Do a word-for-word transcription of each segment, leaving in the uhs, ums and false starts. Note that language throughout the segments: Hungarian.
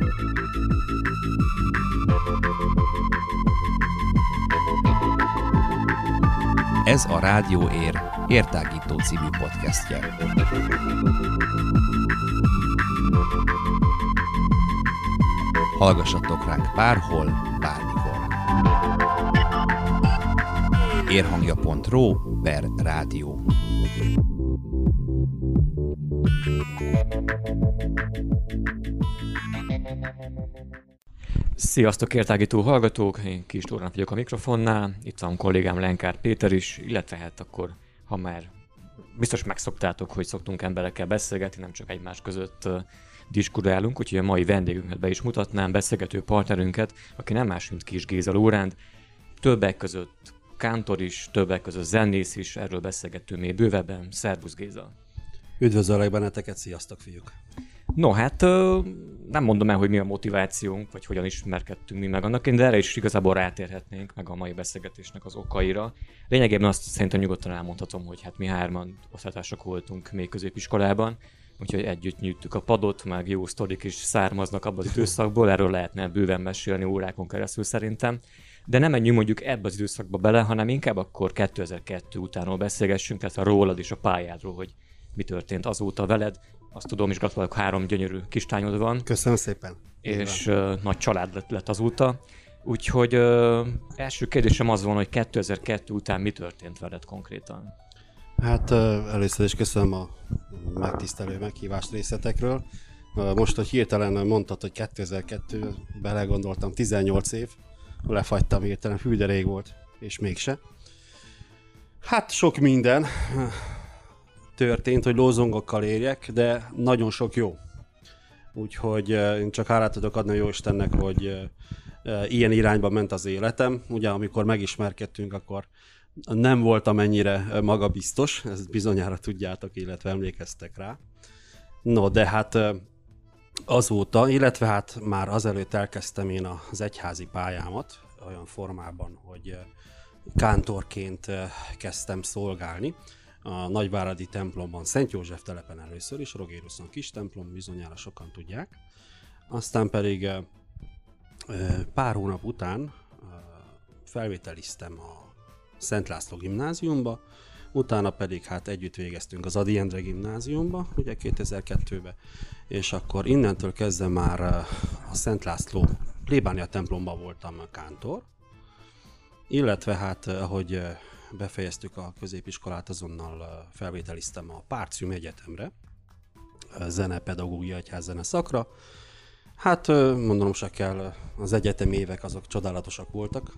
Ez a Rádió Ér értágító című podcastje. Hallgassatok ránk bárhol, bármikor. érhangja pont ro per rádió. Sziasztok, értágító hallgatók! Én Kis Dórán vagyok a mikrofonnál, itt van kollégám Lenkár Péter is, illetve hát akkor, ha már biztos megszoktátok, hogy szoktunk emberekkel beszélgetni, nem csak egymás között uh, diskurálunk, úgyhogy a mai vendégünket be is mutatnám, beszélgető partnerünket, aki nem más, mint Kis Géza Lóránd, többek között kántor is, többek között zenész is, erről beszélgettünk még bővebben. Szervusz, Géza! Üdvözöllek benneteket, sziasztok, fiúk! No, hát nem mondom el, hogy mi a motivációnk, vagy hogyan ismerkedtünk mi meg annak, de erre is igazából rátérhetnénk meg a mai beszélgetésnek az okaira. Lényegében azt szerintem nyugodtan elmondhatom, hogy hát mi hárman osztálytársak voltunk még középiskolában, úgyhogy együtt nyűjtük a padot, meg jó sztorik is származnak abban az időszakból, erről lehetne bőven mesélni órákon keresztül szerintem. De nem menjünk mondjuk ebbe az időszakba bele, hanem inkább akkor kétezer-kettő utánról beszélgessünk, tehát a rólad és a pályádról, hogy mi történt azóta veled. Azt tudom, és gratulálok, három gyönyörű kislányod van. Köszönöm szépen. És uh, nagy család lett, lett azóta. Úgyhogy uh, első kérdésem az van, hogy kétezer-kettő után mi történt veled konkrétan? Hát uh, először is köszönöm a megtisztelő meghívást részletekről. Uh, most, hogy hirtelen mondtad, hogy kétezer-kettő, belegondoltam, tizennyolc év, lefagytam hirtelen, hű, de rég volt, és mégse. Hát sok minden történt, hogy lózungokkal érjek, de nagyon sok jó. Úgyhogy én csak hálát tudok adni a Jóistennek, hogy ilyen irányba ment az életem. Ugye amikor megismerkedtünk, akkor nem voltam ennyire magabiztos, ezt bizonyára tudjátok, illetve emlékeztek rá. No, de hát azóta, illetve hát már azelőtt elkezdtem én az egyházi pályámat, olyan formában, hogy kántorként kezdtem szolgálni. A Nagyváradi templomban, Szent József telepen először is, Rogéruszon kis templom, bizonyára sokan tudják. Aztán pedig pár hónap után felvételiztem a Szent László gimnáziumba, utána pedig hát együtt végeztünk az Ady Endre gimnáziumba, ugye kétezer-kettőben, és akkor innentől kezdve már a Szent László plébánia templomban voltam kántor, illetve hát ahogy befejeztük a középiskolát, azonnal felvételiztem a Párcium Egyetemre, zenepedagógia egyházzene szakra. Hát mondanom se kell, az egyetemi évek azok csodálatosak voltak,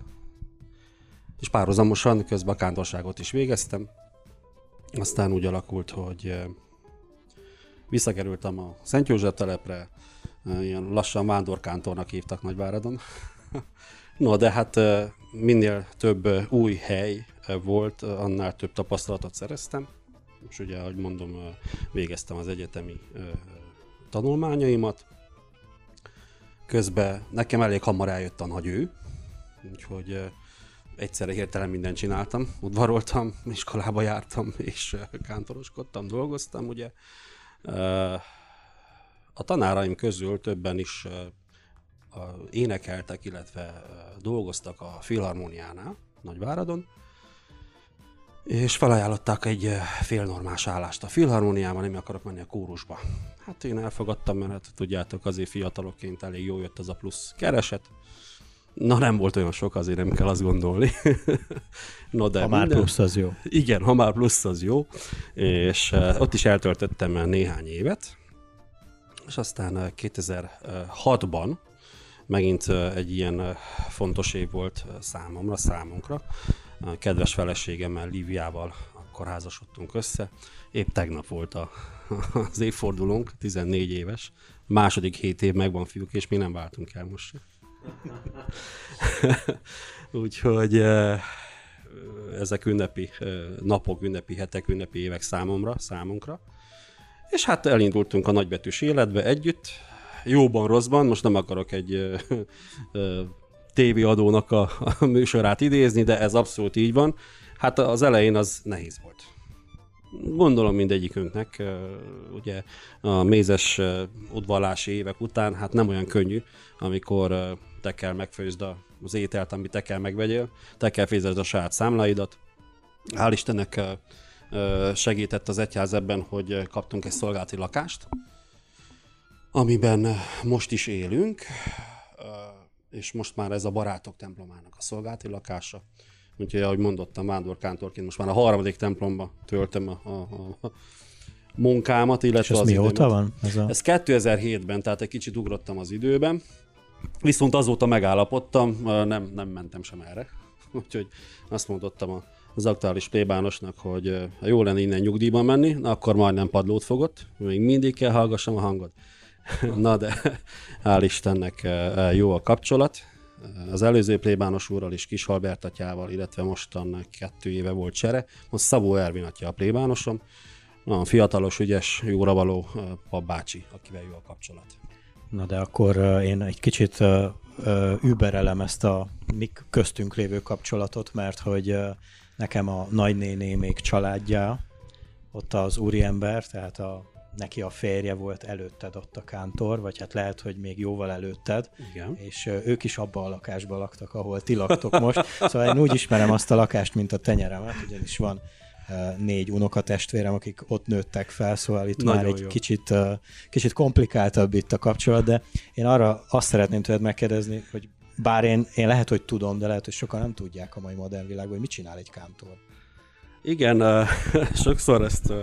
és párhuzamosan közben a kántorságot is végeztem. Aztán úgy alakult, hogy visszakerültem a Szent József telepre, ilyen lassan vándorkántornak hívtak Nagyváradon. No, de hát minél több új hely volt, annál több tapasztalatot szereztem. És ugye, ahogy mondom, végeztem az egyetemi tanulmányaimat. Közben nekem elég hamar eljött a nagy ő, úgyhogy egyszerre hirtelen mindent csináltam. Udvaroltam, iskolába jártam, és kántoroskodtam, dolgoztam, ugye. A tanáraim közül többen is énekeltek, illetve dolgoztak a Filharmoniánál, Nagyváradon, és felajánlották egy félnormás állást a Filharmoniában, nem akarok menni a kórusba. Hát én elfogadtam, mert hát tudjátok, azért fiatalokként elég jó jött az a plusz kereset. Na, nem volt olyan sok, azért nem kell azt gondolni. No, de ha már minden... plusz, az jó. Igen, ha már plusz, az jó. És uh, ott is eltöltöttem néhány évet. És aztán uh, kétezer-hatban megint uh, egy uh, ilyen uh, fontos év volt uh, számomra, számunkra. Uh, kedves feleségemmel, Líviával akkor házasodtunk össze. Épp tegnap volt a, az évfordulónk, tizennégy éves. Második hét év megvan, fiúk, és mi nem váltunk el most se. Úgyhogy ezek ünnepi napok, ünnepi hetek, ünnepi évek számomra, számunkra. És hát elindultunk a nagybetűs életbe együtt, jóban, rosszban, most nem akarok egy tévéadónak a, a műsorát idézni, de ez abszolút így van. Hát az elején az nehéz volt. Gondolom mindegyikünknek, ugye a mézes udvarlási évek után, hát nem olyan könnyű, amikor te kell megfőzd az ételt, amit te kell megvegyél, te kell fizetni a saját számláidat. Hál' Istennek segített az egyház ebben, hogy kaptunk egy szolgálati lakást, amiben most is élünk, és most már ez a Barátok templomának a szolgálati lakása. Úgyhogy, ahogy mondottam, vándorkántorként most már a harmadik templomba töltöm a, a, a munkámat, illetve az mióta időmet. van? Ez, a... ez kétezer-hétben, tehát egy kicsit ugrottam az időben, viszont azóta megállapodtam, nem, nem mentem sem erre. Úgyhogy azt mondottam az aktuális plébánosnak, hogy ha jó lenne innen nyugdíjban menni, akkor majdnem padlót fogott, még mindig kell hallgassam a hangot. Na de hál' Istennek jó a kapcsolat. Az előző plébános úrral és Kishalbert atyával, illetve mostan kettő éve volt csere. Most Szabó Ervin atya a plébánosom. Nagyon fiatalos, ügyes, jóra való papbácsi, akivel jó a kapcsolat. Na de akkor én egy kicsit überelem ezt a mi köztünk lévő kapcsolatot, mert hogy nekem a nagynéné még családja, ott az úriember, tehát a neki a férje volt előtted ott a kántor, vagy hát lehet, hogy még jóval előtted, igen. És ők is abban a lakásban laktak, ahol ti laktok most. Szóval én úgy ismerem azt a lakást, mint a tenyeremet, ugyanis van négy unokatestvérem, akik ott nőttek fel, szóval itt nagyon már egy kicsit, kicsit komplikáltabb itt a kapcsolat, de én arra azt szeretném tőled megkérdezni, hogy bár én, én lehet, hogy tudom, de lehet, hogy sokan nem tudják a mai modern világban, hogy mit csinál egy kántor. Igen, sokszor ezt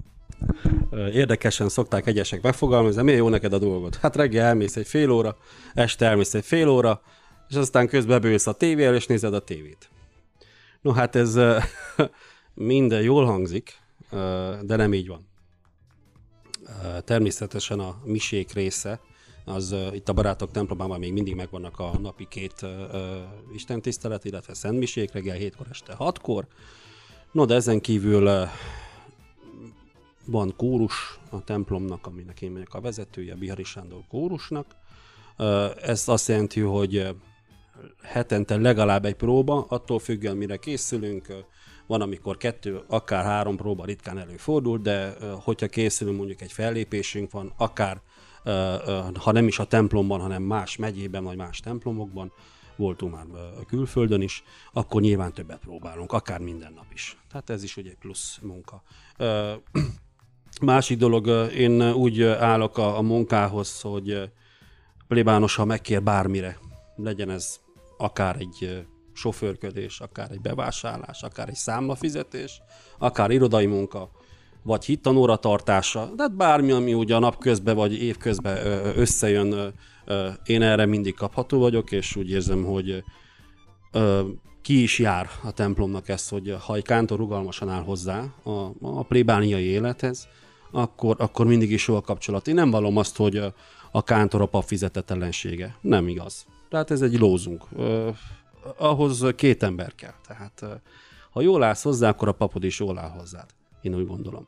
érdekesen szokták egyesek megfogalmazni, miért jó neked a dolgod? Hát reggel elmész egy fél óra, este elmész egy fél óra, és aztán közben bősz a tévével, és nézed a tévét. No hát ez minden jól hangzik, de nem így van. Természetesen a misék része, az itt a Barátok templomában még mindig megvannak a napi két istentisztelet, illetve szentmisék, reggel hétkor, este hatkor. No, de ezen kívül van kórus a templomnak, aminek én vagyok a vezetője, Bihari Sándor kórusnak. Ez azt jelenti, hogy hetente legalább egy próba, attól függően mire készülünk. Van, amikor kettő, akár három próba ritkán előfordul, de hogyha készülünk, mondjuk egy fellépésünk van, akár ha nem is a templomban, hanem más megyében, vagy más templomokban, voltunk már külföldön is, akkor nyilván többet próbálunk, akár minden nap is. Tehát ez is ugye egy plusz munka. Másik dolog, én úgy állok a, a munkához, hogy plébános, ha megkér bármire, legyen ez akár egy sofőrködés, akár egy bevásárlás, akár egy számlafizetés, akár irodai munka, vagy hittanóra tartása, de bármi, ami ugye a nap közben vagy év közben összejön, én erre mindig kapható vagyok, és úgy érzem, hogy ki is jár a templomnak ez, hogy ha egy kántor rugalmasan áll hozzá a, a plébániai élethez, akkor, akkor mindig is jó a kapcsolat. Én nem vallom azt, hogy a kántor a pap fizetetlensége. Nem igaz. Tehát ez egy lózunk. Ahhoz két ember kell. Tehát ha jól állsz hozzá, akkor a papod is jól áll hozzád. Én úgy gondolom.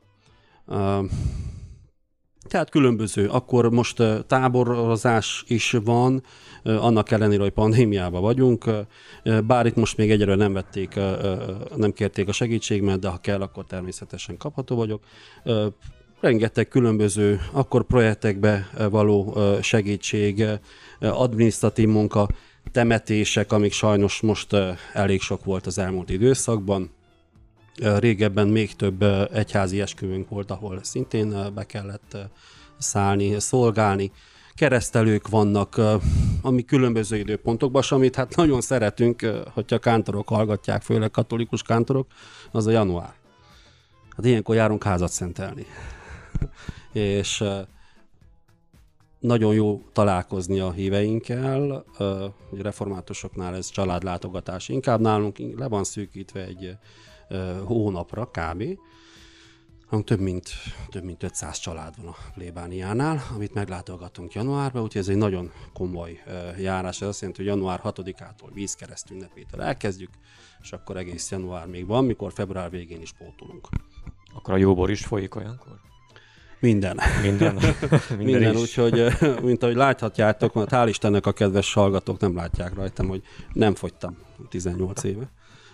Tehát különböző. Akkor most táborozás is van, annak ellenére, hogy pandémiában vagyunk. Bár itt most még egyelőre nem vették, nem kérték a segítségemet, de ha kell, akkor természetesen kapható vagyok. Rengeteg különböző, akkor projektekbe való segítség, adminisztratív munka, temetések, amik sajnos most elég sok volt az elmúlt időszakban. Régebben még több egyházi esküvőnk volt, ahol szintén be kellett szállni, szolgálni. Keresztelők vannak, ami különböző időpontokban, amit hát nagyon szeretünk, hogyha kántorok hallgatják, főleg katolikus kántorok, az a január. Hát ilyenkor járunk házat szentelni. És nagyon jó találkozni a híveinkkel, a reformátusoknál ez családlátogatás. Inkább nálunk le van szűkítve egy hónapra kb. Több mint, több mint ötszáz család van a plébániánál, amit meglátogatunk januárban, úgyhogy ez egy nagyon komoly járás. Ez azt jelenti, hogy január hatodikától vízkereszt ünnepétől elkezdjük, és akkor egész január még van, mikor február végén is pótolunk. Akkor a jóbor is folyik olyankor? Minden. Minden. Minden, Minden úgyhogy, mint ahogy láthatjátok, mert hál' Istennek a kedves hallgatók nem látják rajtam, hogy nem fogytam tizennyolc éve.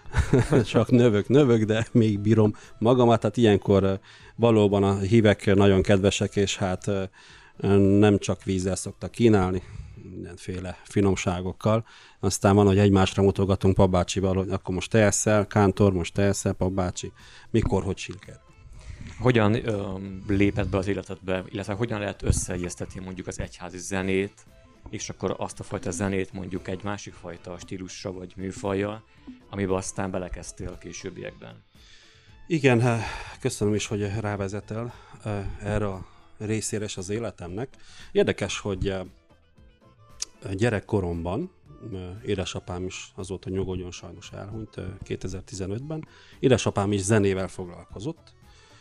csak növök, növök, de még bírom magamat. Hát ilyenkor valóban a hívek nagyon kedvesek, és hát nem csak vízzel szoktak kínálni, mindenféle finomságokkal. Aztán van, hogy egymásra mutogatunk papbácsival, hogy akkor most te eszel, Kántor, most te eszel, papbácsi, mikor, hogy siker. Hogyan ö, lépett be az életedbe, illetve hogyan lehet összeegyeztetni mondjuk az egyházi zenét, és akkor azt a fajta zenét mondjuk egy másik fajta stílusra vagy műfajjal, amiben aztán belekezdtél a későbbiekben? Igen, köszönöm is, hogy rávezetel erre a részére az életemnek. Érdekes, hogy gyerekkoromban, édesapám is azóta nyugodjon, sajnos elhunyt kétezer-tizenötben, édesapám is zenével foglalkozott,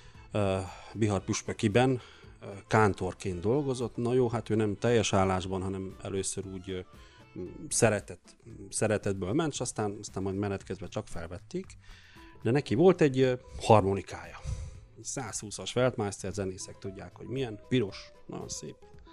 Bihar püspökiben kántorként dolgozott. Na jó, hát ő nem teljes állásban, hanem először úgy szeretett, szeretetből ment, és aztán, aztán majd menet közben csak felvették. De neki volt egy harmonikája. száz húszas Weltmeister, zenészek tudják, hogy milyen, piros, nagyon szép.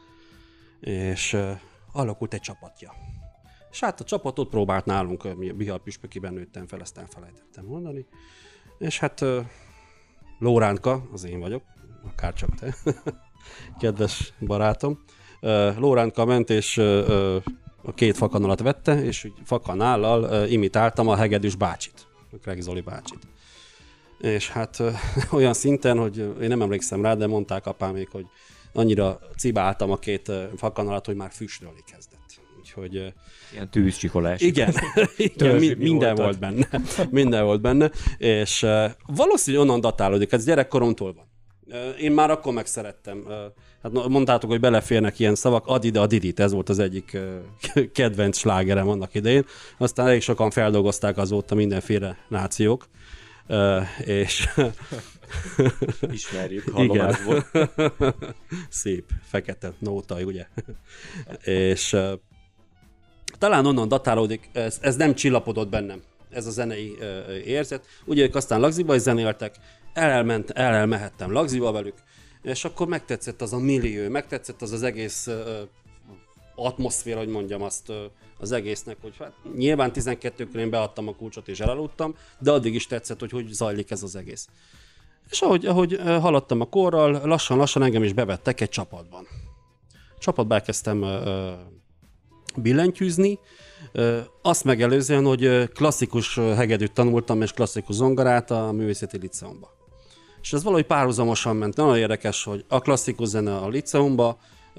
És uh, alakult egy csapatja. És hát a csapatot próbált nálunk, Bihar püspökiben nőttem fel, ezt elfelejtettem mondani. És hát uh, Lóránka, az én vagyok, akár csak te, kedves barátom. Uh, Lóránka ment, és uh, a két fakanalat vette, és úgy fakanállal uh, imitáltam a hegedűs bácsit, a Kreg Zoli bácsit. És hát uh, olyan szinten, hogy én nem emlékszem rá, de mondták apámék, hogy annyira cibáltam a két uh, fakanalat, hogy már füstölni kezdett. Úgyhogy, uh, ilyen tűzcsikolás. Igen, igen mi, minden volt benne. Minden volt benne. És uh, valószínűleg onnan datálódik, ez gyerekkoromtól van. Uh, én már akkor megszerettem. Uh, hát mondtátok, hogy beleférnek ilyen szavak, Adida Adidit, ez volt az egyik uh, kedvenc slágerem annak idején. Aztán elég sokan feldolgozták azóta mindenféle nációk. Uh, és ismerjük, hallomásból. Szép, fekete nóta, ugye? És uh, talán onnan datálódik, ez, ez nem csillapodott bennem, ez a zenei uh, érzet. Ugye ők aztán Lagziba is zenéltek, elment, elmehettem Lagziba velük, és akkor megtetszett az a millió, megtetszett az az egész uh, atmoszféra, hogy mondjam azt uh, az egésznek, hogy hát nyilván tizenkettőkor én beadtam a kulcsot és elaludtam, de addig is tetszett, hogy hogy zajlik ez az egész. És ahogy, ahogy uh, haladtam a korral, lassan-lassan engem is bevettek egy csapatban. Csapatba elkezdtem uh, billentyűzni, uh, azt megelőzően, hogy klasszikus hegedűt tanultam, és klasszikus zongorát a Művészeti Liceumba. És ez valahogy párhuzamosan ment. Nagyon érdekes, hogy a klasszikus zene a liceumba, uh,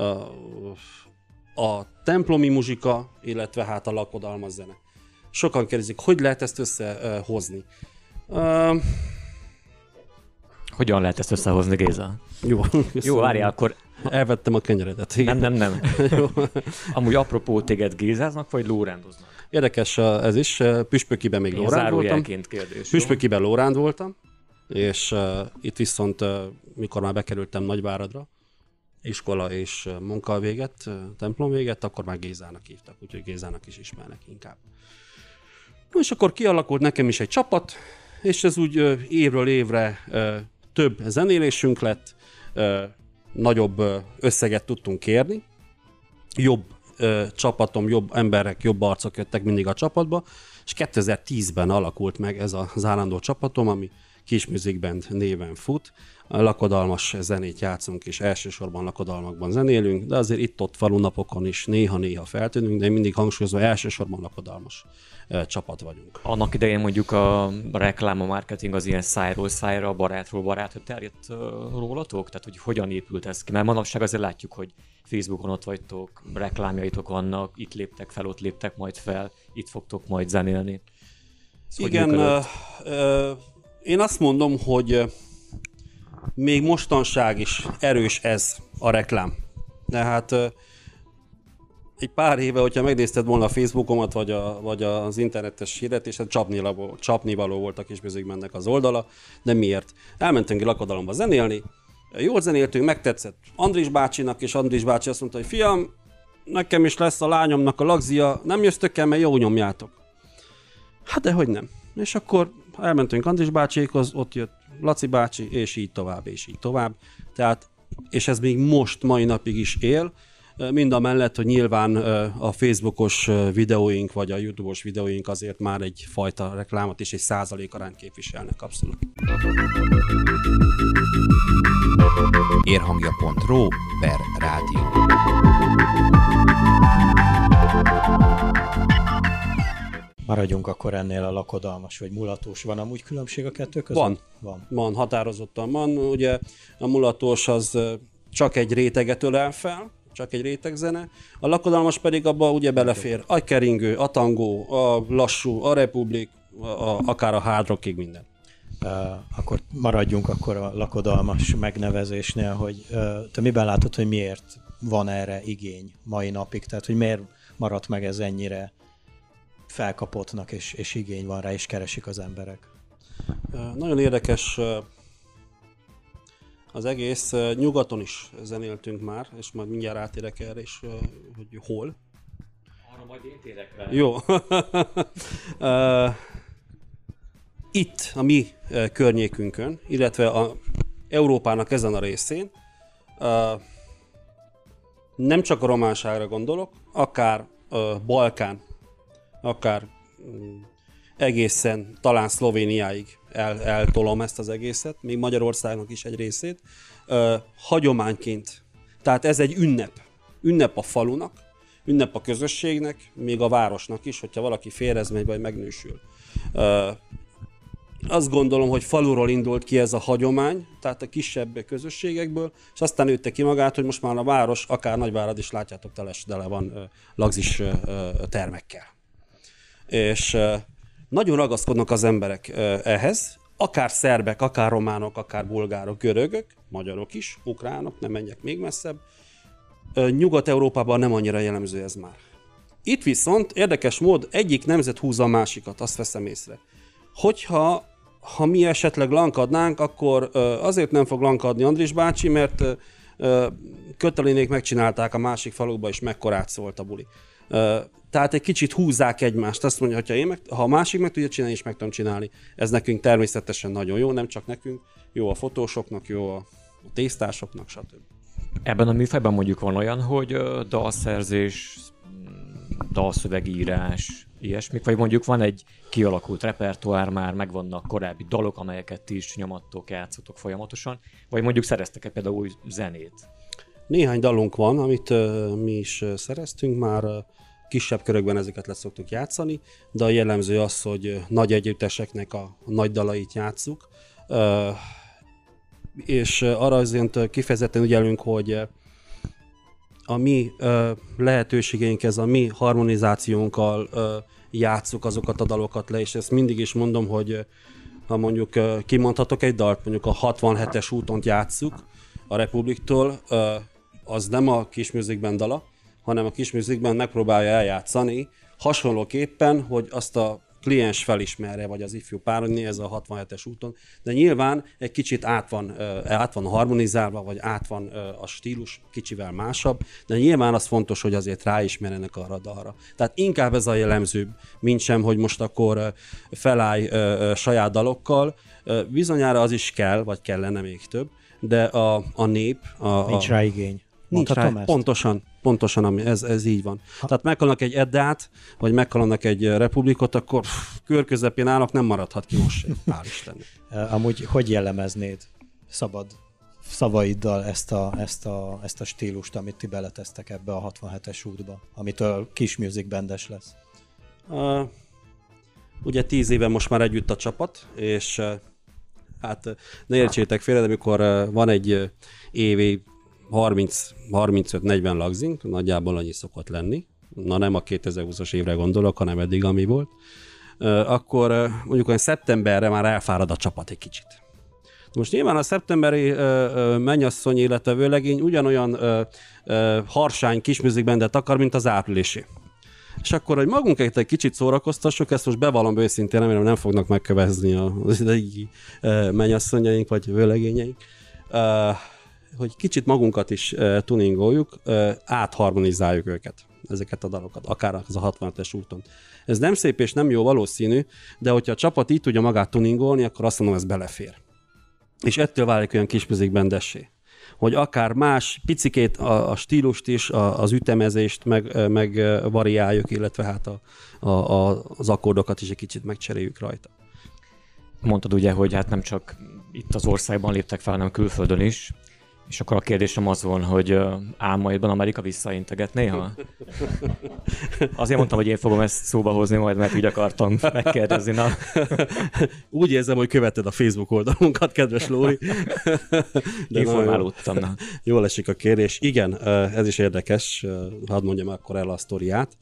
a templomi muzsika, illetve hát a lakodalmas zene. Sokan kérdezik, hogy lehet ezt összehozni. Uh, Hogyan lehet ezt összehozni, Géza? Jó, jó, várjál, akkor... Elvettem a kenyeredet. Nem, nem, nem. Amúgy apropó, téged gézáznak, vagy lórándoznak? Érdekes ez is. Püspökiben még lóránd voltam. Kérdés, Püspökiben lóránd voltam, és uh, itt viszont, uh, mikor már bekerültem Nagyváradra, iskola és munka véget, templom véget, akkor már Gézának hívtak, úgyhogy Gézának is ismernek inkább. No, és akkor kialakult nekem is egy csapat, és ez úgy uh, évről évre uh, több zenélésünk lett, uh, nagyobb uh, összeget tudtunk kérni, jobb uh, csapatom, jobb emberek, jobb arcok jöttek mindig a csapatba, és kétezer-tízben alakult meg ez az állandó csapatom, ami Kis Music Band néven fut. A lakodalmas zenét játszunk, és elsősorban lakodalmakban zenélünk, de azért itt-ott falunapokon is néha-néha feltűnünk, de mindig hangsúlyozva elsősorban lakodalmas e, csapat vagyunk. Annak idején mondjuk a reklám, a marketing az ilyen szájról szájra, barátról barátra terjedt uh, rólatok? Tehát, hogy hogyan épült ez ki? Mert manapság azért látjuk, hogy Facebookon ott vagytok, reklámjaitok vannak, itt léptek fel, ott léptek majd fel, itt fogtok majd zenélni. Ez igen, uh, uh, én azt mondom, hogy még mostanság is erős ez a reklám. Tehát egy pár éve, hogyha megnézted volna a Facebookomat, vagy, a, vagy az internetes hirdetést, csapnivaló, csapnivaló volt a Kis Music Bandnek az oldala, de miért? Elmentünk egy lakodalomba zenélni, jól zenéltünk, megtetszett Andris bácsinak, és Andris bácsi azt mondta, hogy fiam, nekem is lesz a lányomnak a lagzia, nem jöttök el, mert jó nyomjátok. Hát de hogy nem. És akkor elmentünk Andris bácsiékhoz, ott jött Laci bácsi, és így tovább, és így tovább. Tehát, és ez még most, mai napig is él. Mind a mellett, hogy nyilván a Facebookos videóink, vagy a YouTube-os videóink azért már egyfajta reklámot és egy százalék arányt képviselnek abszolút. érhangja pont ro per rádió. Maradjunk akkor ennél a lakodalmas vagy mulatós. Van amúgy különbség a kettő között? Van. Van. Van, határozottan van. Ugye a mulatós az csak egy réteget ölel fel, csak egy rétegzene. A lakodalmas pedig abba ugye belefér a keringő, a tangó, a lassú, a republik, a, a, akár a hard rockig minden. Uh, akkor maradjunk akkor a lakodalmas megnevezésnél, hogy uh, te miben látod, hogy miért van erre igény mai napig? Tehát, hogy miért maradt meg ez ennyire felkapottnak, és, és igény van rá, és keresik az emberek? Uh, nagyon érdekes uh, az egész. Uh, nyugaton is zenéltünk már, és majd mindjárt átérek erre is, uh, hogy hol. Arra majd én térek rá. Jó. uh, Itt, a mi uh, környékünkön, illetve a Európának ezen a részén, uh, nem csak a románságra gondolok, akár uh, Balkán, akár um, egészen talán Szlovéniáig el, eltolom ezt az egészet, még Magyarországnak is egy részét, uh, hagyományként. Tehát ez egy ünnep. Ünnep a falunak, ünnep a közösségnek, még a városnak is, hogyha valaki férhez megy, vagy megnősül. Uh, Azt gondolom, hogy faluról indult ki ez a hagyomány, tehát a kisebb közösségekből, és aztán nőtte ki magát, hogy most már a város, akár Nagyvárad is, látjátok, tele van uh, lagzis uh, termekkel. És uh, nagyon ragaszkodnak az emberek uh, ehhez, akár szerbek, akár románok, akár bulgárok, görögök, magyarok is, ukránok, nem menjek még messzebb. Uh, Nyugat-Európában nem annyira jellemző ez már. Itt viszont érdekes mód egyik nemzet húzza a másikat, azt veszem észre. Hogyha ha mi esetleg lankadnánk, akkor azért nem fog lankadni Andris bácsi, mert Kötelinék megcsinálták a másik falukba, és mekkorát szólt a buli. Tehát egy kicsit húzzák egymást. Azt mondja, hogyha én meg, ha a másik meg tudja csinálni, és meg tudom csinálni. Ez nekünk természetesen nagyon jó, nem csak nekünk. Jó a fotósoknak, jó a tésztásoknak, stb. Ebben a műfajban mondjuk van olyan, hogy dalszerzés, dalszövegírás, ilyesmik, vagy mondjuk van egy kialakult repertoár már, megvannak korábbi dalok, amelyeket ti is nyomattok, játszotok folyamatosan, vagy mondjuk szereztek-e például új zenét? Néhány dalunk van, amit uh, mi is uh, szereztünk már, uh, kisebb körökben ezeket le szoktuk játszani, de a jellemző az, hogy uh, nagy együtteseknek a, a nagy dalait játsszuk, uh, és uh, arra azért uh, kifejezetten ügyelünk, hogy uh, a mi uh, lehetőségeink, ez a mi harmonizációnkkal uh, játsszuk azokat a dalokat le, és ezt mindig is mondom, hogy uh, ha mondjuk uh, kimondhatok egy dalt, mondjuk a hatvanhetes útont játsszuk a Republiktól, uh, az nem a Kismusicband dala, hanem a Kismusicband megpróbálja eljátszani hasonlóképpen, hogy azt a kliens felismerje, vagy az ifjú pár, ez a hatvanhetes úton, de nyilván egy kicsit át van, át van harmonizálva, vagy át van a stílus kicsivel másabb, de nyilván az fontos, hogy azért ráismerjenek arra a dalra. Tehát inkább ez a jellemzőbb, mint sem, hogy most akkor felállj saját dalokkal, bizonyára az is kell, vagy kellene még több, de a, a nép... A, Nincs rá igény. Nincs rá, ezt? pontosan, pontosan ami, ez, ez így van. Ha. Tehát meghalnak egy Eddát, vagy meghalnak egy Republikot, akkor pff, kör közepén állnak, nem maradhat ki most sem. Hál' Istennek. Amúgy hogy jellemeznéd szabad szavaiddal ezt a, ezt, a, ezt a stílust, amit ti beletesztek ebbe a hatvanhetes útba, amitől Kismusicbandes lesz? Uh, ugye tíz éve most már együtt a csapat, és uh, hát ne értsétek félre, de amikor uh, van egy uh, évi harminc harmincöt negyven lagzink, nagyjából annyi szokott lenni. Na nem a kétezer-húszas évre gondolok, hanem eddig, ami volt. Uh, akkor uh, mondjuk olyan szeptemberre már elfárad a csapat egy kicsit. Most nyilván a szeptemberi uh, uh, mennyasszony, illetve vőlegény ugyanolyan uh, uh, harsány Kismusicbandet akar, mint az áprilisi. És akkor, hogy magunkat egy kicsit szórakoztassuk, ezt most bevallom őszintén, remélem nem fognak megkövezni az idei uh, mennyasszonyaink vagy vőlegényeink. Uh, hogy kicsit magunkat is uh, tuningoljuk, uh, átharmonizáljuk őket, ezeket a dalokat, akár az a hatvanhetes úton. Ez nem szép és nem jó valószínű, de hogyha a csapat így tudja magát tuningolni, akkor azt mondom, ez belefér. És ettől válik olyan Kismusicbandessé. hogy akár más picikét a, a stílust is, a, az ütemezést meg, meg variáljuk, illetve hát a, a, a, az akkordokat is egy kicsit megcseréljük rajta. Mondtad ugye, hogy hát nem csak itt az országban léptek fel, hanem külföldön is. És akkor a kérdésem az van, hogy álmaidban Amerika visszainteget néha? Azért mondtam, hogy én fogom ezt szóba hozni majd, mert úgy akartam megkérdezni. Na. Úgy érzem, hogy követed a Facebook oldalunkat, kedves Lóri. Informálódtam. Na. Jól esik a kérdés. Igen, ez is érdekes. Hadd mondjam akkor el a sztoriát.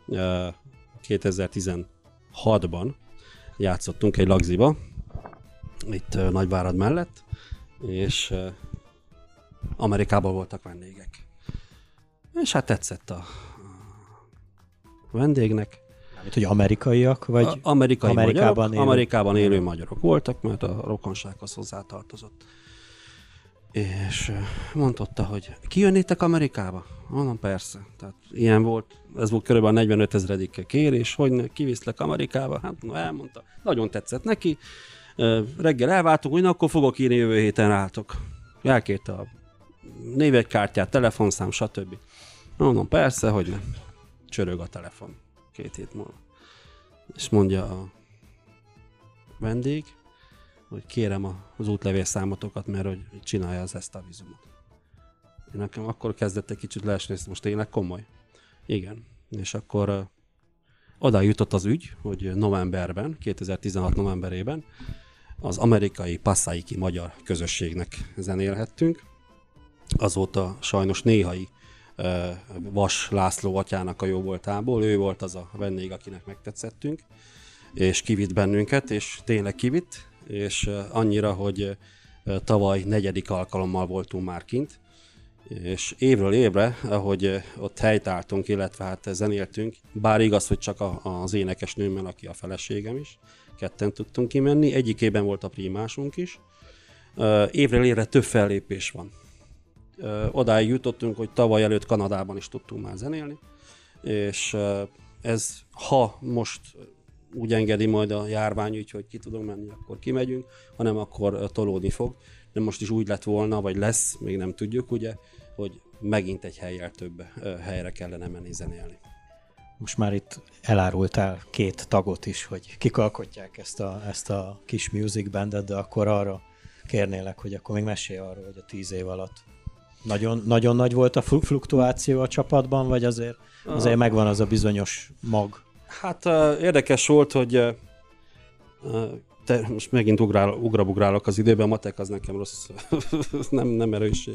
kétezer-tizenhatban játszottunk egy lagziba, itt Nagyvárad mellett, és Amerikában voltak vendégek. És hát tetszett a, a vendégnek. Hát, hogy amerikaiak, vagy a, amerikai Amerikában, magyarok, élő? Amerikában élő magyarok voltak, mert a rokonsághoz hozzátartozott. És mondotta, hogy kijönnétek Amerikába? Mondom, persze. Tehát ilyen volt, ez volt körülbelül a negyvenöt ezredik kérés, hogy kiviszlek Amerikába. Hát no, elmondta, nagyon tetszett neki. Reggel elváltunk, hogy na, akkor fogok írni, jövő héten rátok. Elkérte a névjegykártyát, telefonszám, stb. Mondom, persze, hogy nem. Csörög a telefon két hét múlva. És mondja a vendég, hogy kérem az útlevélszámotokat, mert hogy csinálja az ezt a vízumot. Én nekem akkor kezdett egy kicsit leesni, hogy most tényleg komoly. Igen. És akkor uh, oda jutott az ügy, hogy novemberben, kétezer-tizenhat novemberében az amerikai Passaici magyar közösségnek zenélhettünk. Azóta sajnos néhai uh, Vas László atyának a jó voltából, ő volt az a vendég, akinek megtetszettünk, és kivitt bennünket, és tényleg kivitt, és uh, annyira, hogy uh, tavaly negyedik alkalommal voltunk már kint, és évről évre, ahogy uh, ott helytáltunk, illetve hát zenéltünk, bár igaz, hogy csak a, az énekesnőmmel, aki a feleségem is, ketten tudtunk kimenni, egyikében volt a primásunk is, uh, évről évre több fellépés van. Uh, odáig jutottunk, hogy tavaly előtt Kanadában is tudtunk már zenélni, és uh, ez, ha most úgy engedi majd a járványügy, hogy ki tudunk menni, akkor kimegyünk, hanem akkor uh, tolódni fog. De most is úgy lett volna, vagy lesz, még nem tudjuk, ugye, hogy megint egy hellyel több uh, helyre kellene menni zenélni. Most már itt elárultál két tagot is, hogy kik alkotják ezt a, ezt a kis music bandet, de akkor arra kérnélek, hogy akkor még mesélj arról, hogy a tíz év alatt Nagyon, nagyon nagy volt a fluktuáció a csapatban, vagy azért, azért megvan az a bizonyos mag? Hát uh, érdekes volt, hogy uh, te most megint ugrál, ugrabugrálok az időben, a matek az nekem rossz, nem, nem erősség.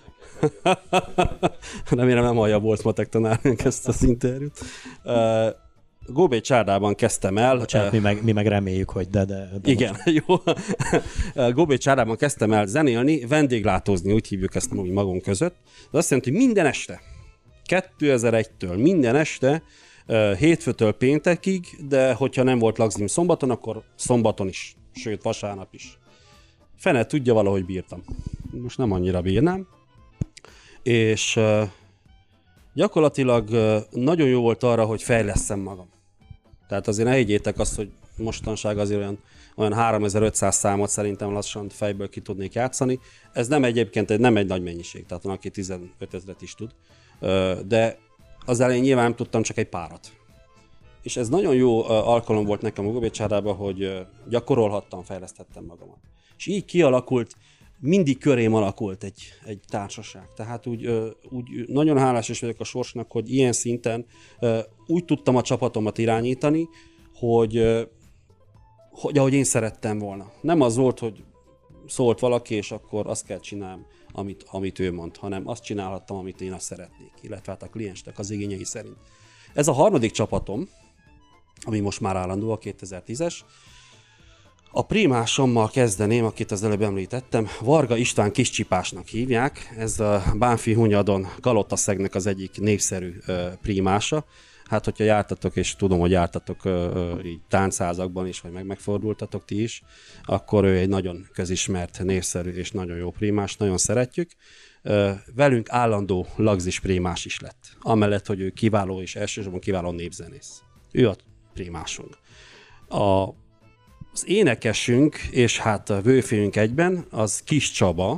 Remélem nem hallja volt matek tanárnőnk ezt az interjút. Uh, Góbé Csárdában kezdtem el. Bocsánat, mi meg, mi meg reméljük, hogy de, de, de igen, most... jó. Góbé Csárdában kezdtem el zenélni, vendéglátózni, úgy hívjuk ezt úgy magunk között. Ez azt jelenti, hogy minden este, kétezer-egytől minden este, hétfőtől péntekig, de hogyha nem volt lagzim szombaton, akkor szombaton is, sőt vasárnap is. Fene tudja, valahogy bírtam. Most nem annyira bírnám. És gyakorlatilag nagyon jó volt arra, hogy fejlesszem magam. Tehát azért ne higgyétek azt, hogy mostanság azért olyan, olyan háromezer-ötszáz számot szerintem lassan fejből ki tudnék játszani. Ez nem egyébként egy, nem egy nagy mennyiség, tehát van, aki tizenöt ezret is tud. De az elején nyilván nem tudtam csak egy párat. És ez nagyon jó alkalom volt nekem a Góbé Csárdában, hogy gyakorolhattam, fejlesztettem magamat. És így kialakult, mindig körém alakult egy, egy társaság. Tehát úgy, úgy nagyon hálás is vagyok a sorsnak, hogy ilyen szinten úgy tudtam a csapatomat irányítani, hogy, hogy ahogy én szerettem volna. Nem az volt, hogy szólt valaki, és akkor azt kell csinálni, amit, amit ő mond, hanem azt csinálhattam, amit én azt szeretnék, illetve hát a kliensnek az igényei szerint. Ez a harmadik csapatom, ami most már állandó, a kétezer-tízes. A primásommal kezdeném, akit az előbb említettem, Varga István Kiscsipásnak hívják, ez a Bánffy-Hunyadon Galotaszegnek az egyik népszerű uh, primása. Hát, hogyha jártatok, és tudom, hogy jártatok uh, uh, így táncházakban is, vagy meg megfordultatok ti is, akkor ő egy nagyon közismert, népszerű és nagyon jó primás, nagyon szeretjük. Uh, velünk állandó lagzis primás is lett, amellett, hogy ő kiváló és elsősorban kiváló népzenész. Ő a primásunk. A Az énekesünk, és hát a vőfénk egyben, az Kis Csaba,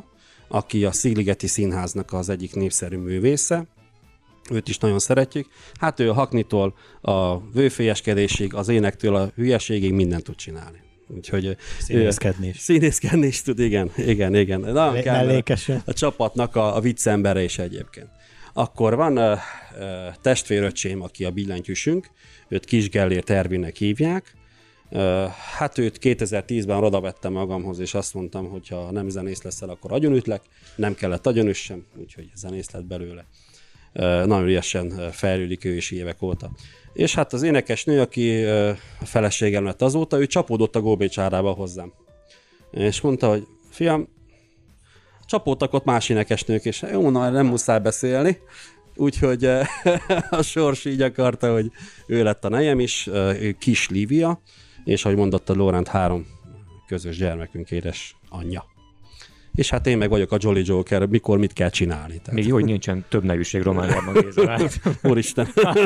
aki a Szigligeti Színháznak az egyik népszerű művésze. Őt is nagyon szeretjük. Hát ő a haknitól a vőfélyeskedésig, az énektől a hülyeségig mindent tud csinálni. Úgyhogy színészkedni is. Színészkedni is tud, igen, igen, igen. Nagyon kell a csapatnak a, a viccembere is egyébként. Akkor van uh, uh, testvéröcsém, aki a billentyűsünk, őt Kis Gellért Ervinnek hívják. Uh, hát őt kétezer-tízben odavettem magamhoz, és azt mondtam, hogy ha nem zenész leszel, akkor agyonütlek. Nem kellett agyonüssem, úgyhogy zenész lett belőle. Uh, nagyon ügyesen fejlődik ő is évek óta. És hát az énekesnő, aki uh, a feleségem lett azóta, ő csapódott a Góbécsárába hozzám. És mondta, hogy fiam, csapódtak ott más énekesnők, és jó, na, nem muszáj beszélni. Úgyhogy a sors így akarta, hogy ő lett a nejem is, ő Kis Lívia, és ahogy mondotta Lóránt, három közös gyermekünk édes anyja. És hát én meg vagyok a Jolly Joker, mikor mit kell csinálni. Tehát. Még jó, hogy nincsen több nevűség Romániában, Géza. Úristen.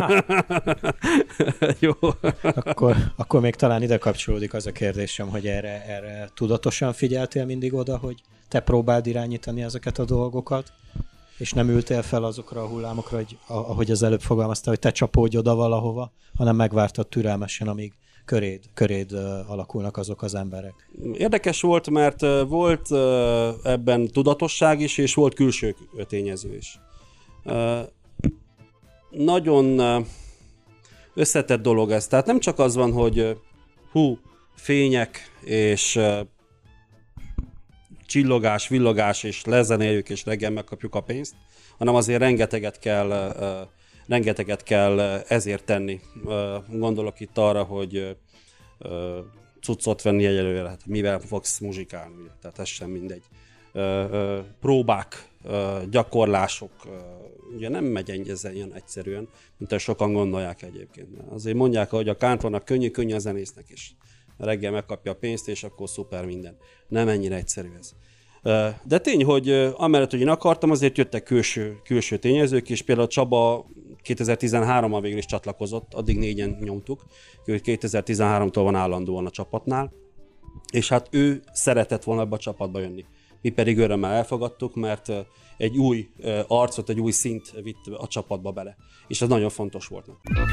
Jó. Akkor, akkor még talán ide kapcsolódik az a kérdésem, hogy erre, erre tudatosan figyeltél mindig oda, hogy te próbáld irányítani ezeket a dolgokat, és nem ültél fel azokra a hullámokra, hogy ahogy az előbb fogalmazta, hogy te csapódj oda valahova, hanem megvártad türelmesen, amíg köréd, köréd uh, alakulnak azok az emberek. Érdekes volt, mert uh, volt uh, ebben tudatosság is, és volt külső tényező is. Uh, nagyon uh, összetett dolog ez. Tehát nem csak az van, hogy uh, hú, fények, és uh, csillogás, villogás, és lezenéljük, és reggel megkapjuk a pénzt, hanem azért rengeteget kell, uh, rengeteget kell ezért tenni. Uh, gondolok itt arra, hogy uh, cuccot venni egyelőre, hát mivel fogsz muzsikálni, ugye? Tehát ez sem mindegy. Uh, uh, próbák, uh, gyakorlások, uh, ugye nem megy ez ilyen egyszerűen, mint ahogy sokan gondolják egyébként. Azért mondják, hogy a countrynak könnyű, könnyű a zenésznek is. Reggel megkapja a pénzt, és akkor szuper minden. Nem ennyire egyszerű ez. De tény, hogy amellett, hogy én akartam, azért jöttek külső, külső tényezők, és például Csaba kétezer-tizenháromban végül is csatlakozott, addig négyen nyomtuk, ő kétezer-tizenháromtól van állandóan a csapatnál, és hát ő szeretett volna ebbe a csapatba jönni. Mi pedig örömmel elfogadtuk, mert egy új arcot, egy új szint vitt a csapatba bele, és ez nagyon fontos volt.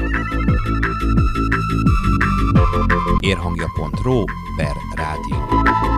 érhangja.ro per rádió.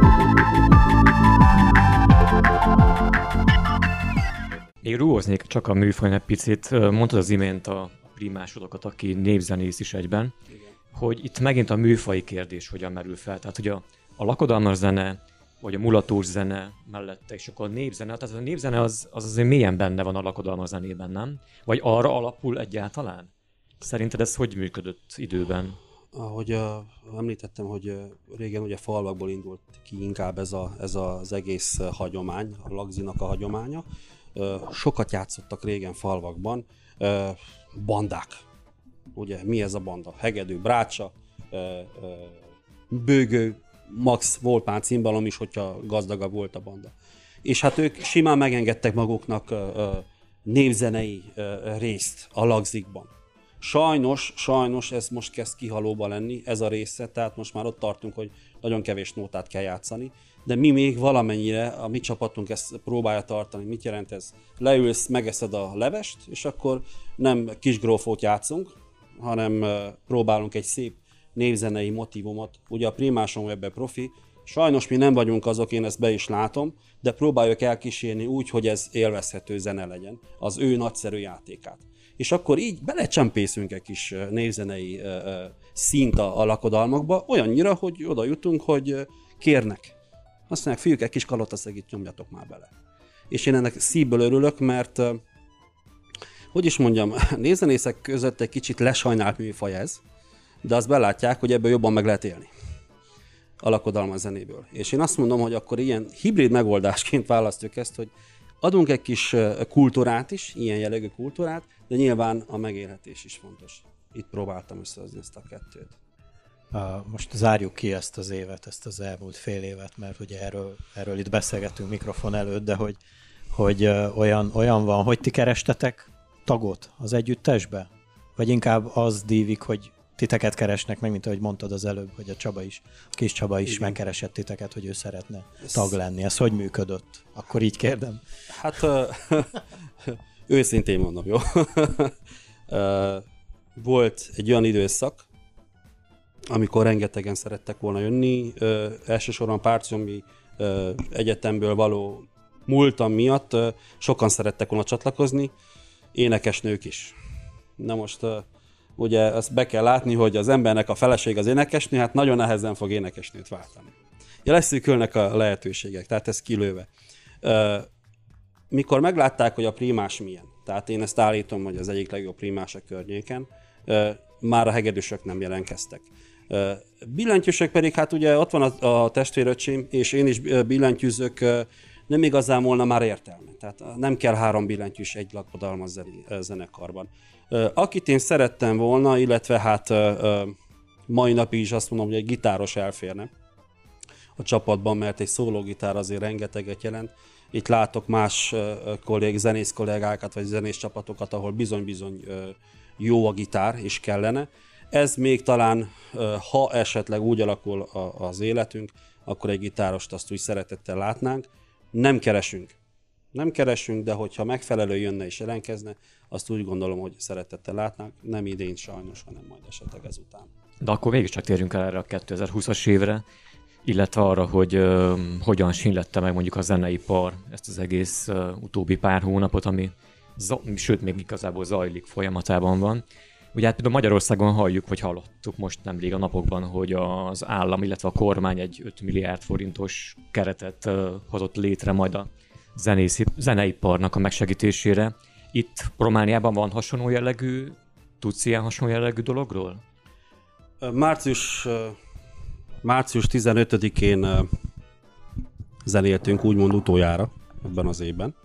Még rúgoznék csak a műfajnak picit. Mondtad az imént a primásodokat, aki népzenész is egyben, igen, hogy itt megint a műfai kérdés hogyan merül fel. Tehát, hogy a, a lakodalmas zene, vagy a mulatós zene mellette, és akkor a népzene, tehát a népzene az, az azért mélyen benne van a lakodalmas zenében, nem? Vagy arra alapul egyáltalán? Szerinted ez hogy működött időben? Ahogy uh, említettem, hogy uh, régen ugye falvakból indult ki inkább ez, a, ez az egész uh, hagyomány, a lagzinak a hagyománya. Uh, sokat játszottak régen falvakban, uh, bandák. Ugye mi ez a banda? Hegedű, brácsa, uh, uh, bőgő, max volt pár cimbalom is, hogyha gazdagabb volt a banda. És hát ők simán megengedtek maguknak uh, uh, névzenei uh, részt a lagzikban. Sajnos, sajnos ez most kezd kihalóba lenni, ez a része, tehát most már ott tartunk, hogy nagyon kevés nótát kell játszani, de mi még valamennyire, a mi csapatunk ezt próbálja tartani. Mit jelent ez? Leülsz, megeszed a levest, és akkor nem kisgrófót játszunk, hanem próbálunk egy szép névzenei motívumot. Ugye a primáson ebben profi, sajnos mi nem vagyunk azok, én ezt be is látom, de próbáljuk elkísérni úgy, hogy ez élvezhető zene legyen, az ő nagyszerű játékát. És akkor így belecsempészünk egy kis névzenei uh, uh, színt a, a lakodalmakba, olyannyira, hogy oda jutunk, hogy uh, kérnek. Azt mondják, fiúk, egy kis kalotaszegit nyomjatok már bele. És én ennek szívből örülök, mert, uh, hogy is mondjam, névzenészek között egy kicsit lesajnált műfaj ez, de azt belátják, hogy ebből jobban meg lehet élni a lakodalmas zenéből. És én azt mondom, hogy akkor ilyen hibrid megoldásként választjuk ezt, hogy adunk egy kis kultúrát is, ilyen jellegű kultúrát, de nyilván a megélhetés is fontos. Itt próbáltam összehozni ezt a kettőt. Most zárjuk ki ezt az évet, ezt az elmúlt fél évet, mert ugye erről, erről itt beszélgettünk mikrofon előtt, de hogy, hogy olyan, olyan van, hogy ti kerestetek tagot az együttesbe? Vagy inkább az dívik, hogy titeket keresnek meg, mint ahogy mondtad az előbb, hogy a Csaba is, a kis Csaba is Igen. megkeresett titeket, hogy ő szeretne tag lenni. Ez hogy működött? Akkor így kérdem. Hát uh, őszintén mondom, jó? uh, volt egy olyan időszak, amikor rengetegen szerettek volna jönni, uh, elsősorban párcombi uh, egyetemből való múltam miatt uh, sokan szerettek volna csatlakozni, énekesnők is. Na most uh, ugye azt be kell látni, hogy az embernek a feleség az énekesnő, hát nagyon nehezen fog énekesnőt váltani. Ja, leszűkülnek a lehetőségek, tehát ez kilőve. Uh, mikor meglátták, hogy a prímás milyen, tehát én ezt állítom, hogy az egyik legjobb prímás a környéken, uh, már a hegedűsök nem jelentkeztek. Uh, billentyűsök pedig, hát ugye ott van a, a testvéröcsém, és én is billentyűzök, uh, nem igazán volna már értelme. Tehát nem kell három billentyűs egy lakodalmaz zenekarban. Uh, akit én szerettem volna, illetve hát uh, uh, mai napig is azt mondom, hogy egy gitáros elférne a csapatban, mert egy szólógitár azért rengeteget jelent. Itt látok más uh, kollég, zenész kollégákat, vagy zenész csapatokat, ahol bizony-bizony uh, jó a gitár, és kellene. Ez még talán, uh, ha esetleg úgy alakul a, az életünk, akkor egy gitárost azt úgy szeretettel látnánk. Nem keresünk. Nem keresünk, de hogyha megfelelő jönne és jelentkezne, azt úgy gondolom, hogy szeretettel látnánk. Nem idén sajnos, hanem majd esetleg ezután. De akkor mégiscsak térjünk el erre a kétezer-húszas évre, illetve arra, hogy uh, hogyan sínlette meg mondjuk a zeneipar ezt az egész uh, utóbbi pár hónapot, ami za- sőt, még igazából zajlik, folyamatában van. Ugye hát például Magyarországon halljuk, vagy hallottuk most nemrég a napokban, hogy az állam, illetve a kormány egy öt milliárd forintos keretet uh, hozott létre majd a zenészi, zeneiparnak a megsegítésére. Itt Romániában van hasonló jellegű, tudsz ilyen hasonló jellegű dologról? Március, március tizenötödikén zenéltünk úgymond utoljára ebben az évben.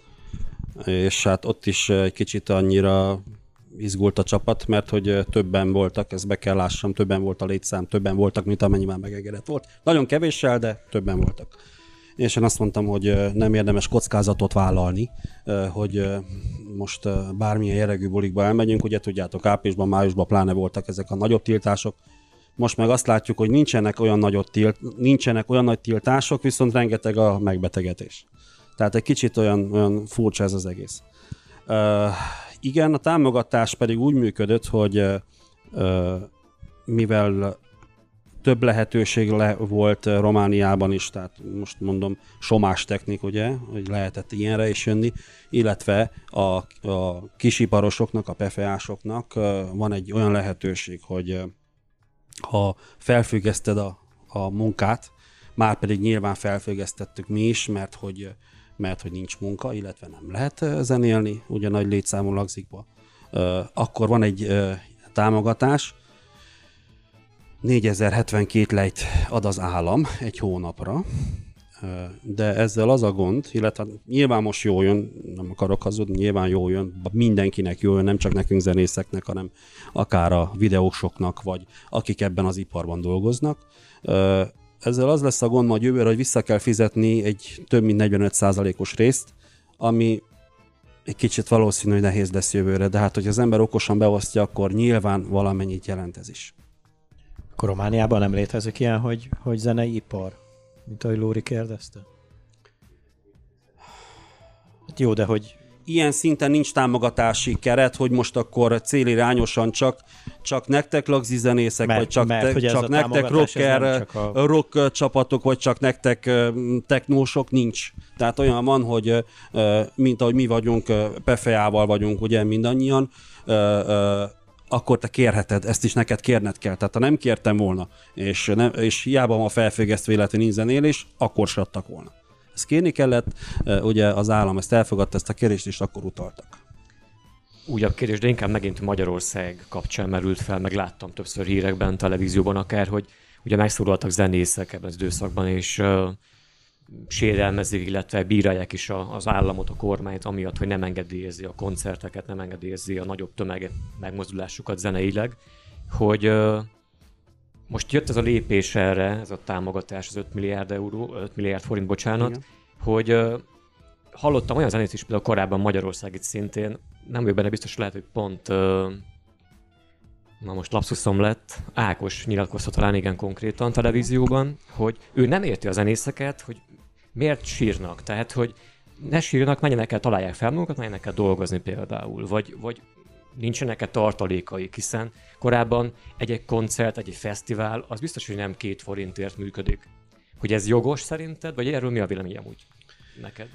És hát ott is egy kicsit annyira izgult a csapat, mert hogy többen voltak, ezt be kell lássam, többen volt a létszám, többen voltak, mint amennyi már megengedett volt. Nagyon kevéssel, de többen voltak. És én azt mondtam, hogy nem érdemes kockázatot vállalni, hogy most bármilyen jellegű bulikba elmegyünk, ugye tudjátok, áprilisban, májusban pláne voltak ezek a nagyobb tiltások. Most meg azt látjuk, hogy nincsenek olyan, nagyot tilt, nincsenek olyan nagy tiltások, viszont rengeteg a megbetegedés. Tehát egy kicsit olyan, olyan furcsa ez az egész. Uh, igen, a támogatás pedig úgy működött, hogy uh, mivel több lehetőség le volt Romániában is, tehát most mondom somás technik, ugye, hogy lehetett ilyenre is jönni, illetve a, a kisiparosoknak, a pefeásoknak van egy olyan lehetőség, hogy ha felfüggeszted a, a munkát, már pedig nyilván felfüggesztettük mi is, mert hogy, mert hogy nincs munka, illetve nem lehet zenélni, ugye nagy létszámú lagzikba, akkor van egy támogatás, négyezer-hetvenkét lejt ad az állam egy hónapra, de ezzel az a gond, illetve nyilván most jól jön, nem akarok hazudni, nyilván jól jön, mindenkinek jól jön, nem csak nekünk zenészeknek, hanem akár a videósoknak, vagy akik ebben az iparban dolgoznak. Ezzel az lesz a gond majd jövőre, hogy vissza kell fizetni egy több mint negyvenöt százalékos részt, ami egy kicsit valószínű, hogy nehéz lesz jövőre, de hát, hogy az ember okosan beosztja, akkor nyilván valamennyit jelent ez is. Akkor Romániában nem létezik ilyen, hogy, hogy zenei ipar, mint ahogy Lóri kérdezte? Hát jó, de hogy... Ilyen szinten nincs támogatási keret, hogy most akkor célirányosan csak, csak nektek lagzi zenészek, mert, vagy csak, mert, te, csak nektek rocker, a... rock csapatok, vagy csak nektek technósok, nincs. Tehát olyan van, hogy mint ahogy mi vagyunk, Pefeával vagyunk ugye mindannyian, akkor te kérheted, ezt is neked kérned kell. Tehát ha nem kértem volna, és, nem, és hiába van felfüggesztve, illetve nincs zenélés, akkor se adtak volna. Ezt kérni kellett, ugye az állam ezt elfogadta, ezt a kérést, és akkor utaltak. Újabb kérdés, de inkább megint Magyarország kapcsán merült fel, meg láttam többször hírekben, televízióban akár, hogy ugye megszólaltak zenészek ebben az időszakban, és uh, sérelmezik, illetve bírálják is a, az államot, a kormányt, amiatt, hogy nem engedélyezi a koncerteket, nem engedélyezi a nagyobb tömeg megmozdulásukat zeneileg, hogy uh, most jött ez a lépés erre, ez a támogatás, az öt milliárd euró, öt milliárd forint, bocsánat, igen. Hogy uh, hallottam olyan zenét is, például korábban Magyarország itt szintén, nem vagyok benne biztos, lehet, hogy pont uh, Na most lapszuszom lett, Ákos nyilatkozta talán igen konkrétan televízióban, hogy ő nem érti a zenészeket, hogy miért sírnak. Tehát, hogy ne sírnak, menjenek el, találják fel magukat, menjenek el dolgozni például, vagy, vagy nincsenek-e tartalékaik, hiszen korábban egy-egy koncert, egy-egy fesztivál, az biztos, hogy nem két forintért működik. Hogy ez jogos szerinted, vagy erről mi a véleményem úgy neked?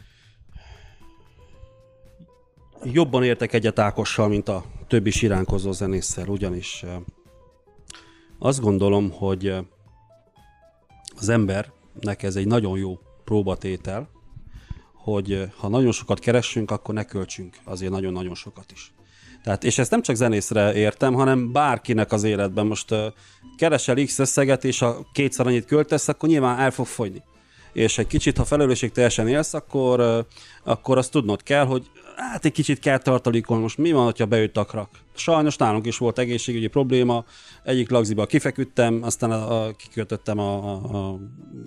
Jobban értek egyet Ákossal, mint a többi siránkozó zenésszel, ugyanis azt gondolom, hogy az embernek ez egy nagyon jó próbatétel, hogy ha nagyon sokat keressünk, akkor ne költsünk azért nagyon-nagyon sokat is. Tehát, és ezt nem csak zenészre értem, hanem bárkinek az életben. Most uh, keresel X összeget, és ha kétszer annyit költesz, akkor nyilván el fog fogyni. És egy kicsit, ha felelősségteljesen élsz, akkor, uh, akkor azt tudnod kell, hogy hát egy kicsit kell tartalékolni. Most mi van, ha beütök rak? Sajnos nálunk is volt egészségügyi probléma. Egyik lagziba kifeküdtem, aztán a, a, kikötöttem a, a, a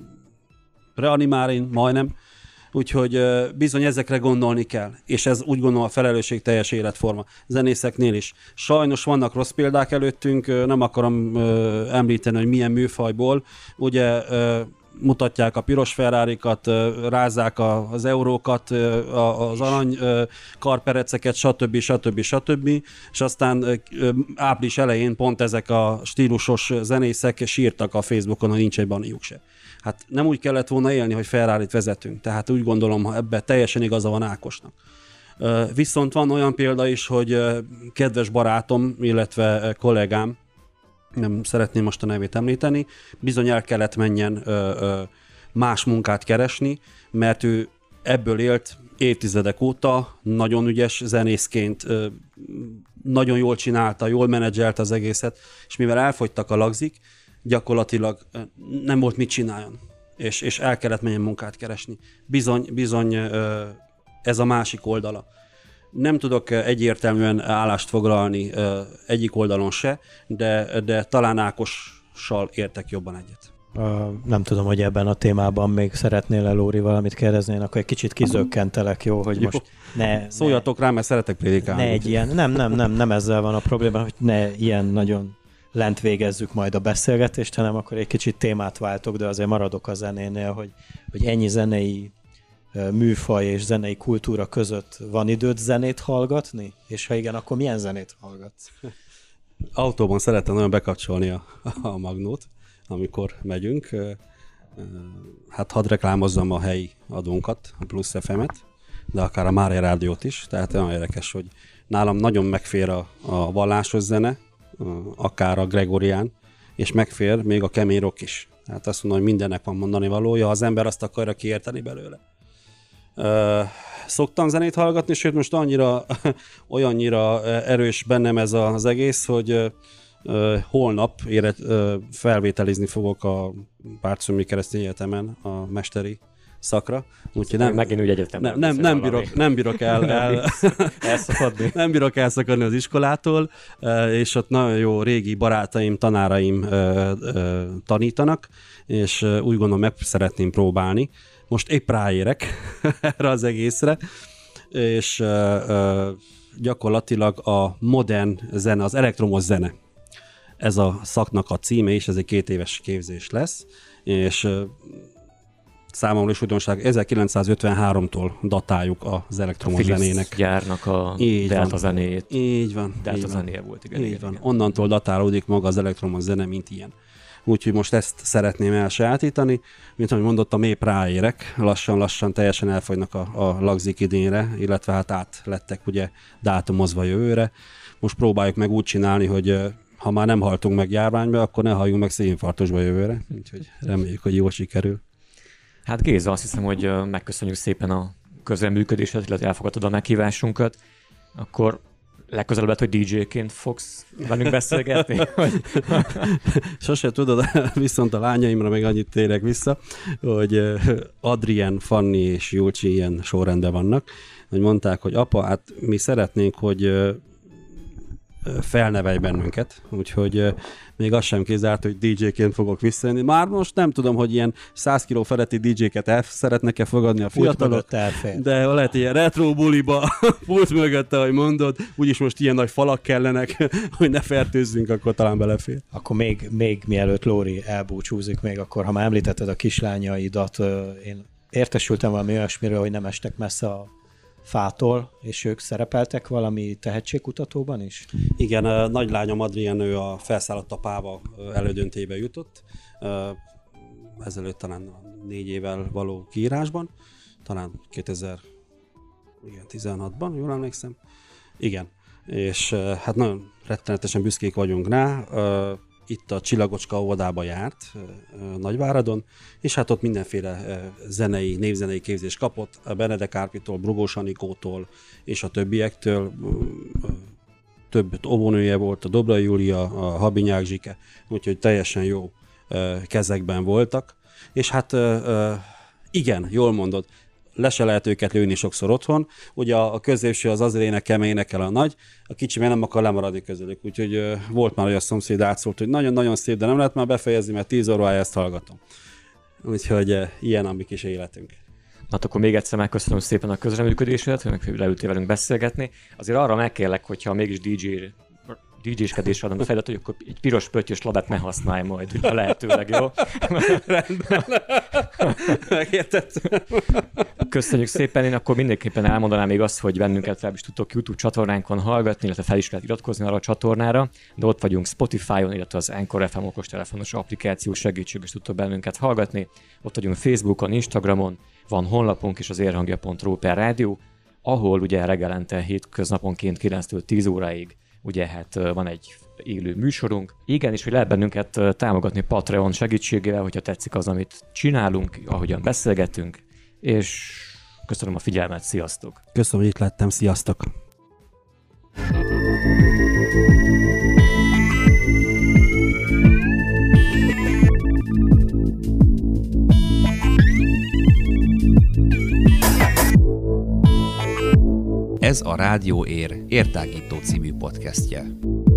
reanimárin, majdnem. Úgyhogy bizony ezekre gondolni kell, és ez úgy gondolom a felelősségteljes életforma zenészeknél is. Sajnos vannak rossz példák előttünk, nem akarom említeni, hogy milyen műfajból. Ugye mutatják a piros Ferrarikat, rázzák az eurókat, az arany karpereceket, stb. stb. stb. És aztán április elején pont ezek a stílusos zenészek sírtak a Facebookon, hogy nincs egy baniuk se. Hát nem úgy kellett volna élni, hogy Ferrarit vezetünk. Tehát úgy gondolom, ha ebben teljesen igaza van Ákosnak. Viszont van olyan példa is, hogy kedves barátom, illetve kollégám, nem szeretném most a nevét említeni, bizony el kellett menjen más munkát keresni, mert ő ebből élt évtizedek óta, nagyon ügyes zenészként, nagyon jól csinálta, jól menedzselte az egészet, és mivel elfogytak a lagzik, gyakorlatilag nem volt mit csináljon, és, és el kellett menjen munkát keresni. Bizony, bizony ez a másik oldala. Nem tudok egyértelműen állást foglalni egyik oldalon se, de, de talán Ákossal értek jobban egyet. Uh, nem tudom, hogy ebben a témában még szeretnél-e, Lóri, valamit kérdezni, akkor egy kicsit kizökkentelek, jó, hogy jó. Most ne... Szóljatok ne, rá, mert szeretek prédikálni. Ne egy ilyen, nem, nem, nem, nem ezzel van a probléma, hogy ne ilyen nagyon lent végezzük majd a beszélgetést, hanem akkor egy kicsit témát váltok, de azért maradok a zenénél, hogy, hogy ennyi zenei műfaj és zenei kultúra között van időt zenét hallgatni? És ha igen, akkor milyen zenét hallgatsz? Autóban szeretem nagyon bekapcsolni a, a magnót, amikor megyünk. Hát hadd reklámozzam a helyi adónkat, a Plusz ef emet, de akár a Mária Rádiót is, tehát olyan érdekes, hogy nálam nagyon megfér a, a vallásos zene, akár a gregorián, és megfér még a kemény rock is. Tehát azt mondom, hogy mindennek van mondani valója, ha az ember azt akarja kiérteni belőle. Uh, szoktam zenét hallgatni, sőt most annyira, olyannyira erős bennem ez az egész, hogy uh, holnap éret, uh, felvételizni fogok a Pártszömi Keresztény Egyetemen a mesteri szakra. Úgyhogy nem, megint úgy egyetem. Nem, nem, nem, bírok, nem bírok el, el nem bírok elszakadni az iskolától, és ott nagyon jó régi barátaim, tanáraim tanítanak, és úgy gondolom meg szeretném próbálni. Most épp ráérek erre az egészre, és gyakorlatilag a modern zene, az elektromos zene, ez a szaknak a címe, és ez egy két éves képzés lesz, és számomra is újdonság, ezerkilencszázötvenháromtól datáljuk az elektromos a zenének. Gyárnak a delta zenéjét. Így van. Delta zenéje volt, igen. Így igen, van. igen. Onnantól datálódik maga az elektromos zene, mint ilyen. Úgyhogy most ezt szeretném elsajátítani. Mint ahogy mondottam, épp ráérek, lassan-lassan teljesen elfogynak a, a lagzik idénre, illetve hát át lettek ugye dátumozva jövőre. Most próbáljuk meg úgy csinálni, hogy ha már nem haltunk meg járványba, akkor ne halljunk meg szívinfarktusba jövőre. Úgyhogy reméljük, hogy jól sikerül. Hát Géza, azt hiszem, hogy megköszönjük szépen a közreműködéset, illetve elfogadtad a meghívásunkat. Akkor legközelebb, hogy dé dzsé-ként fogsz velünk beszélgetni? Sose tudod, viszont a lányaimra meg annyit térek vissza, hogy Adrien, Fanni és Julcsi ilyen sorrendben vannak, hogy mondták, hogy apa, hát mi szeretnénk, hogy felnevelj bennünket, úgyhogy még azt sem kizárt, hogy dé dzsé-ként fogok visszajönni. Már most nem tudom, hogy ilyen száz kiló feletti dé dzsé-ket el szeretnek-e fogadni a fiatalok, de lehet ilyen retro buliba, pult mögött, ahogy mondod, úgyis most ilyen nagy falak kellenek, hogy ne fertőzzünk, akkor talán belefér. Akkor még, még mielőtt Lóri elbúcsúzik, még akkor, ha már említetted a kislányaidat, én értesültem valami olyasmiről, hogy nem estek messze a fától, és ők szerepeltek valami tehetségkutatóban is? Igen, a nagylányom Adrien, ő a Felszállott a Páva elődöntébe jutott, ezelőtt talán négy évvel való kiírásban, talán kétezer-tizenhatban, jól emlékszem. Igen, és hát nagyon rettenetesen büszkék vagyunk rá. Itt a Csillagocska óvodába járt Nagyváradon, és hát ott mindenféle zenei, névzenei képzést kapott, a Benedek Árpitól, Brugós Anikótól és a többiektől. Több óvónője volt, a Dobrai Júlia, a Habinyák Zsike, úgyhogy teljesen jó kezekben voltak. És hát igen, jól mondod, le se lehet őket lőni sokszor otthon. Ugye a középső az azért énekel, mert énekel a nagy, a kicsi még nem akar lemaradni közülük. Úgyhogy uh, volt már olyan szomszéd átszólt, hogy nagyon-nagyon szép, de nem lehet már befejezni, mert tíz órája ezt hallgatom. Úgyhogy uh, ilyen a mi kis életünk. Na, akkor még egyszer megköszönöm szépen a közreműködésedet, hogy leültél velünk beszélgetni. Azért arra megkérlek, hogyha mégis dé dzsé dé dzséskedésre adom a fejlet, hogy akkor egy piros pöttyös labát ne használj majd, ugye lehetőleg, jó? Rendben. Megértettem. Köszönjük szépen, én akkor mindenképpen elmondanám még azt, hogy bennünket fel is tudtok YouTube csatornánkon hallgatni, illetve fel is lehet iratkozni arra a csatornára, de ott vagyunk Spotify-on, illetve az Anchor ef em okostelefonos applikáció segítségül is tudtok bennünket hallgatni. Ott vagyunk Facebookon, Instagramon, van honlapunk is, az érhangja pont ru per rádió, ahol ugye reggelente hétköznaponként kilenctől tíz óráig ugye hát van egy élő műsorunk. Igen, és hogy lehet bennünket támogatni Patreon segítségével, hogyha tetszik az, amit csinálunk, ahogyan beszélgetünk, és köszönöm a figyelmet, sziasztok! Köszönöm, hogy itt lettem, sziasztok! Ez a Rádió Ér értágító című podcastje.